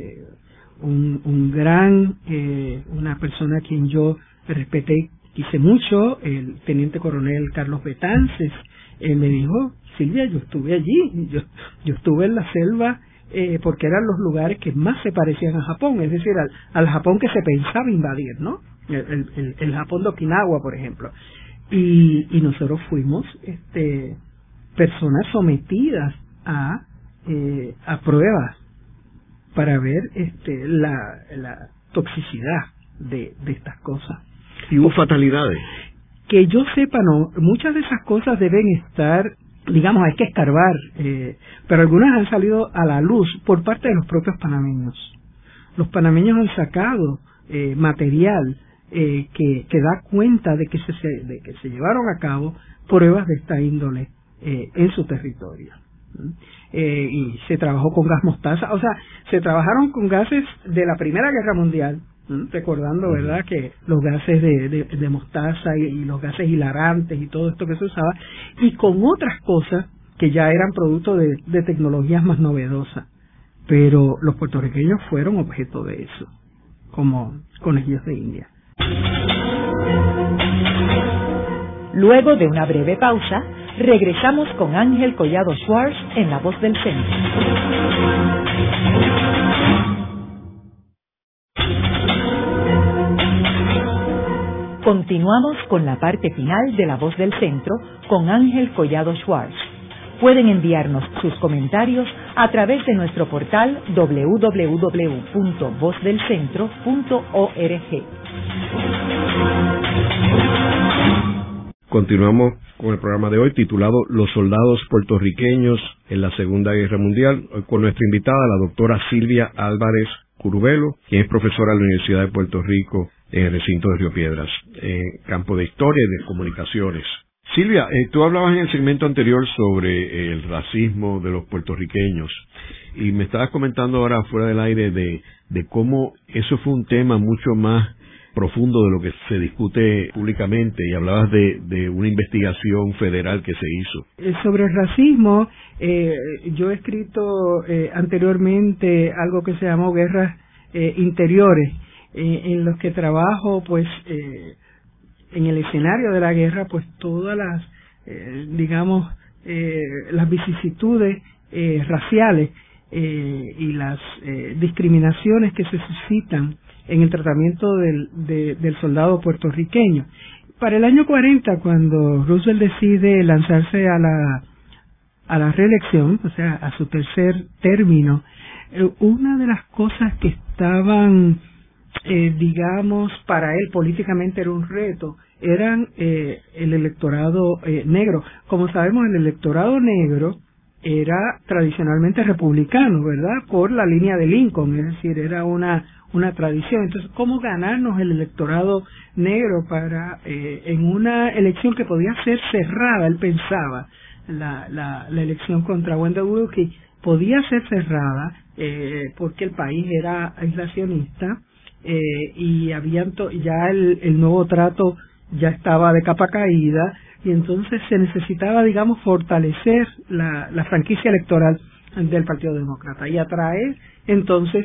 una persona a quien yo respeté, quise mucho, el teniente coronel Carlos Betances, me dijo: Silvia, yo estuve allí, yo estuve en la selva, porque eran los lugares que más se parecían a Japón, es decir, al Japón que se pensaba invadir, ¿no? El Japón de Okinawa, por ejemplo. Y nosotros fuimos personas sometidas a pruebas para ver la toxicidad de estas cosas. ¿Y hubo fatalidades? Que yo sepa, no. Muchas de esas cosas deben estar, digamos, hay que escarbar, pero algunas han salido a la luz por parte de los propios panameños. Los panameños han sacado material que da cuenta de que se llevaron a cabo pruebas de esta índole en su territorio. y se trabajó con gas mostaza, o sea, se trabajaron con gases de la Primera Guerra Mundial, recordando, ¿verdad?, que los gases de mostaza y los gases hilarantes y todo esto que se usaba, y con otras cosas que ya eran producto de tecnologías más novedosas. Pero los puertorriqueños fueron objeto de eso, como conejillos de India. Luego de una breve pausa, regresamos con Ángel Collado Schwartz en La Voz del Centro. Continuamos con la parte final de La Voz del Centro con Ángel Collado Schwartz. Pueden enviarnos sus comentarios a través de nuestro portal www.vozdelcentro.org. Continuamos con el programa de hoy titulado Los soldados puertorriqueños en la Segunda Guerra Mundial, hoy con nuestra invitada, la doctora Silvia Álvarez Curubelo, quien es profesora de la Universidad de Puerto Rico en el recinto de Río Piedras, campo de Historia y de Comunicaciones. Silvia, tú hablabas en el segmento anterior sobre el racismo de los puertorriqueños y me estabas comentando ahora fuera del aire de cómo eso fue un tema mucho más profundo de lo que se discute públicamente, y hablabas de una investigación federal que se hizo. Sobre el racismo, yo he escrito anteriormente algo que se llamó Guerras Interiores, en los que trabajo pues en el escenario de la guerra pues todas las las vicisitudes raciales y las discriminaciones que se suscitan en el tratamiento del soldado puertorriqueño. Para el año 40, cuando Roosevelt decide lanzarse a la reelección, o sea, a su tercer término, una de las cosas que estaban, para él políticamente era un reto, eran el electorado negro. Como sabemos, el electorado negro era tradicionalmente republicano, ¿verdad?, por la línea de Lincoln, es decir, era una tradición. Entonces, ¿cómo ganarnos el electorado negro para en una elección que podía ser cerrada? Él pensaba, la elección contra Wendell Willkie podía ser cerrada porque el país era aislacionista y ya el nuevo trato ya estaba de capa caída, y entonces se necesitaba, fortalecer la franquicia electoral del Partido Demócrata y atraer entonces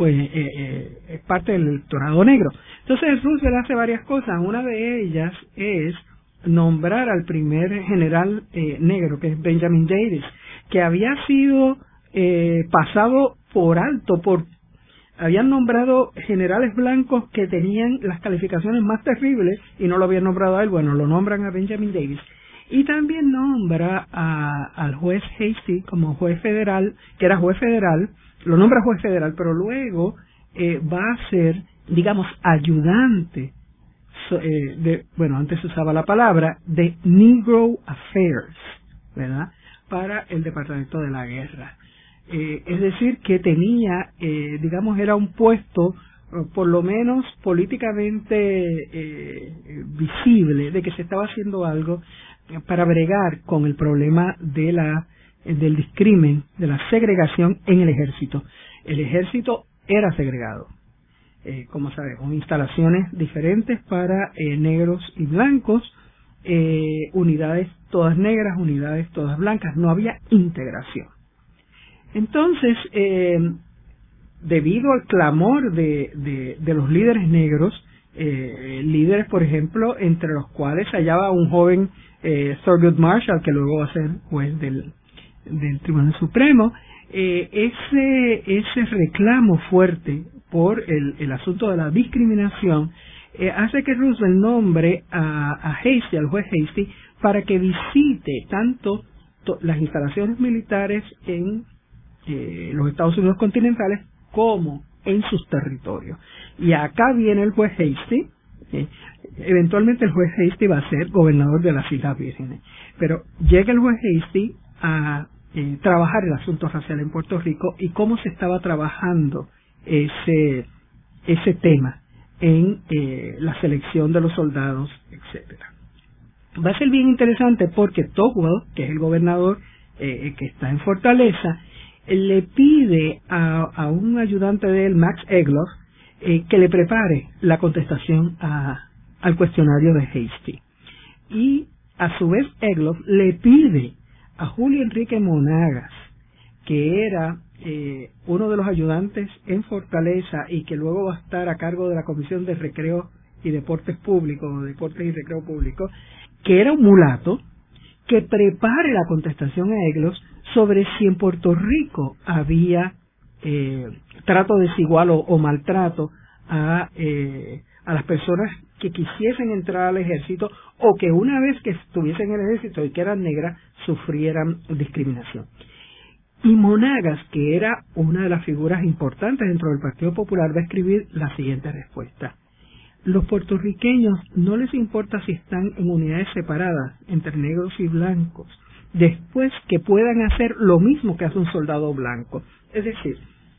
parte del electorado negro. Entonces Roosevelt hace varias cosas. Una de ellas es nombrar al primer general negro, que es Benjamin Davis, que había sido pasado por alto habían nombrado generales blancos que tenían las calificaciones más terribles y no lo habían nombrado a él. Bueno, lo nombran a Benjamin Davis. Y también nombra al juez Hasty como juez federal, que era juez federal, lo nombra juez federal, pero luego va a ser, ayudante, antes se usaba la palabra, de Negro Affairs, ¿verdad?, para el Departamento de la Guerra. Es decir, que tenía, era un puesto, por lo menos políticamente visible, de que se estaba haciendo algo para bregar con el problema del discrimen, de la segregación en el ejército. El ejército era segregado, como sabemos, instalaciones diferentes para negros y blancos, unidades todas negras, unidades todas blancas, no había integración. Entonces, debido al clamor de los líderes negros, líderes, por ejemplo, entre los cuales se hallaba un joven Thurgood Marshall, que luego va a ser juez del Tribunal Supremo, ese reclamo fuerte por el asunto de la discriminación hace que Roosevelt nombre a Hasty, al juez Hasty, para que visite tanto las instalaciones militares en los Estados Unidos continentales como en sus territorios. Y acá viene el juez Hasty. Eventualmente el juez Hasty va a ser gobernador de las Islas Vírgenes, pero llega el juez Hasty a trabajar el asunto racial en Puerto Rico y cómo se estaba trabajando ese tema en la selección de los soldados, etcétera. Va a ser bien interesante porque Tocqueville, que es el gobernador que está en Fortaleza, le pide a un ayudante de él, Max Egloff, que le prepare la contestación al cuestionario de Hastie. Y a su vez Egloff le pide a Julio Enrique Monagas, que era uno de los ayudantes en Fortaleza y que luego va a estar a cargo de la Comisión de Recreo y Deportes Públicos, Deportes y Recreo Público, que era un mulato, que prepare la contestación a Egloff sobre si en Puerto Rico había trato desigual o maltrato a las personas que quisiesen entrar al ejército o que una vez que estuviesen en el ejército y que eran negras sufrieran discriminación. Y Monagas, que era una de las figuras importantes dentro del Partido Popular, va a escribir la siguiente respuesta: los puertorriqueños no les importa si están en unidades separadas entre negros y blancos, después que puedan hacer lo mismo que hace un soldado blanco. Es decir,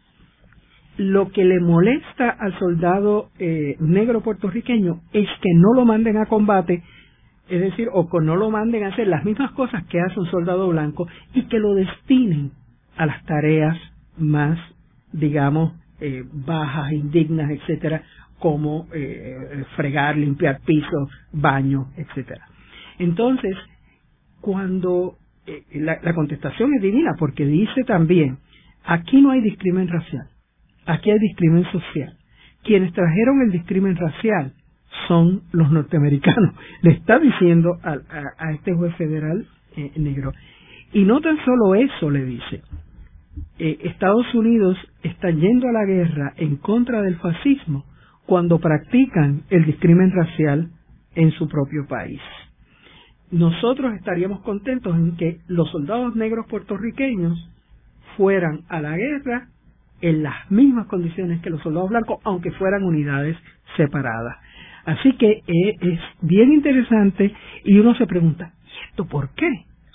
lo que le molesta al soldado negro puertorriqueño es que no lo manden a combate, es decir, o que no lo manden a hacer las mismas cosas que hace un soldado blanco y que lo destinen a las tareas más, digamos, bajas, indignas, etcétera, como fregar, limpiar pisos, baños, etcétera. Entonces, cuando la contestación es divina, porque dice también, aquí no hay discrimen racial, aquí hay discrimen social. Quienes trajeron el discrimen racial son los norteamericanos. Le está diciendo a este juez federal negro. Y no tan solo eso le dice. Estados Unidos está yendo a la guerra en contra del fascismo cuando practican el discrimen racial en su propio país. Nosotros estaríamos contentos en que los soldados negros puertorriqueños fueran a la guerra en las mismas condiciones que los soldados blancos, aunque fueran unidades separadas. Así que es bien interesante y uno se pregunta, ¿y esto por qué?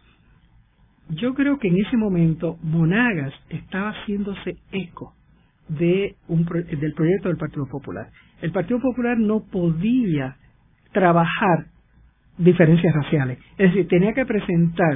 Yo creo que en ese momento Monagas estaba haciéndose eco del proyecto del Partido Popular. El Partido Popular no podía trabajar diferencias raciales, es decir, tenía que presentar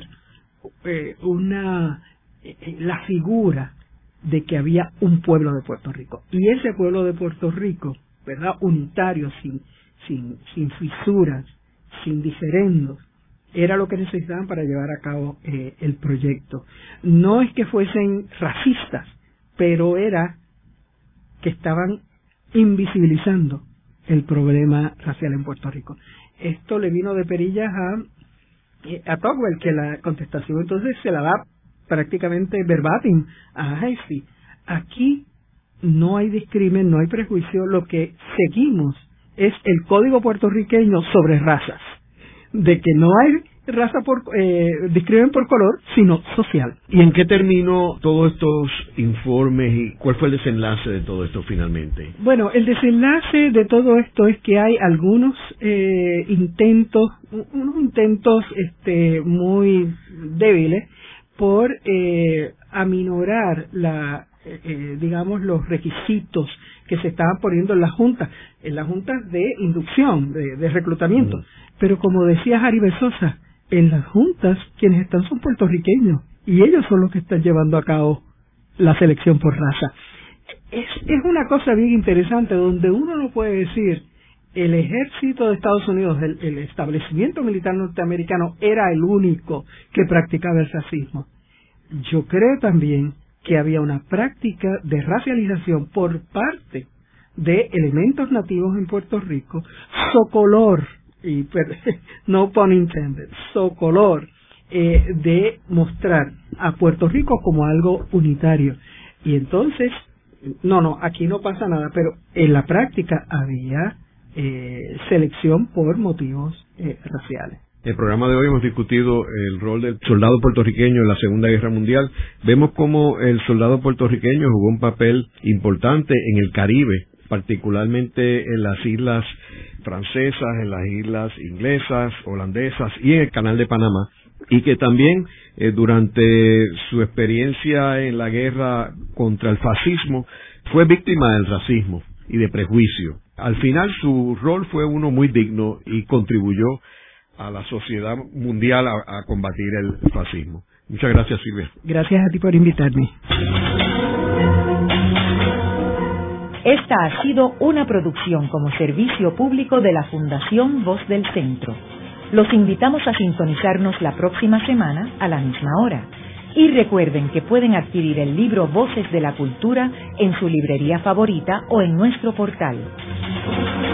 la figura de que había un pueblo de Puerto Rico, y ese pueblo de Puerto Rico, ¿verdad?, unitario, sin fisuras, sin diferendos, era lo que necesitaban para llevar a cabo el proyecto. No es que fuesen racistas, pero era que estaban invisibilizando el problema racial en Puerto Rico. Esto le vino de perillas a Tocqueville, que la contestación entonces se la da prácticamente verbatim a Hastie. Aquí no hay discrimen, no hay prejuicio, lo que seguimos es el código puertorriqueño sobre razas, de que no hay raza discrimen por color, sino social. ¿Y en qué terminó todos estos informes y cuál fue el desenlace de todo esto finalmente? Bueno, el desenlace de todo esto es que hay algunos intentos muy débiles por aminorar digamos, los requisitos que se estaban poniendo en las juntas de inducción, de reclutamiento. Pero como decía Jaribel Sosa, en las juntas quienes están son puertorriqueños y ellos son los que están llevando a cabo la selección por raza. Es una cosa bien interesante donde uno no puede decir el ejército de Estados Unidos, el establecimiento militar norteamericano era el único que practicaba el racismo. Yo creo también que había una práctica de racialización por parte de elementos nativos en Puerto Rico, socolor, y no pun intended, socolor, de mostrar a Puerto Rico como algo unitario. Y entonces, aquí no pasa nada, pero en la práctica había selección por motivos raciales. En el programa de hoy hemos discutido el rol del soldado puertorriqueño en la Segunda Guerra Mundial. Vemos cómo el soldado puertorriqueño jugó un papel importante en el Caribe, particularmente en las islas francesas, en las islas inglesas, holandesas y en el Canal de Panamá, y que también durante su experiencia en la guerra contra el fascismo fue víctima del racismo y de prejuicio. Al final su rol fue uno muy digno y contribuyó a la sociedad mundial a combatir el fascismo. Muchas gracias, Silvia. Gracias a ti por invitarme. Esta ha sido una producción como servicio público de la Fundación Voz del Centro. Los invitamos a sintonizarnos la próxima semana a la misma hora. Y recuerden que pueden adquirir el libro Voces de la Cultura en su librería favorita o en nuestro portal.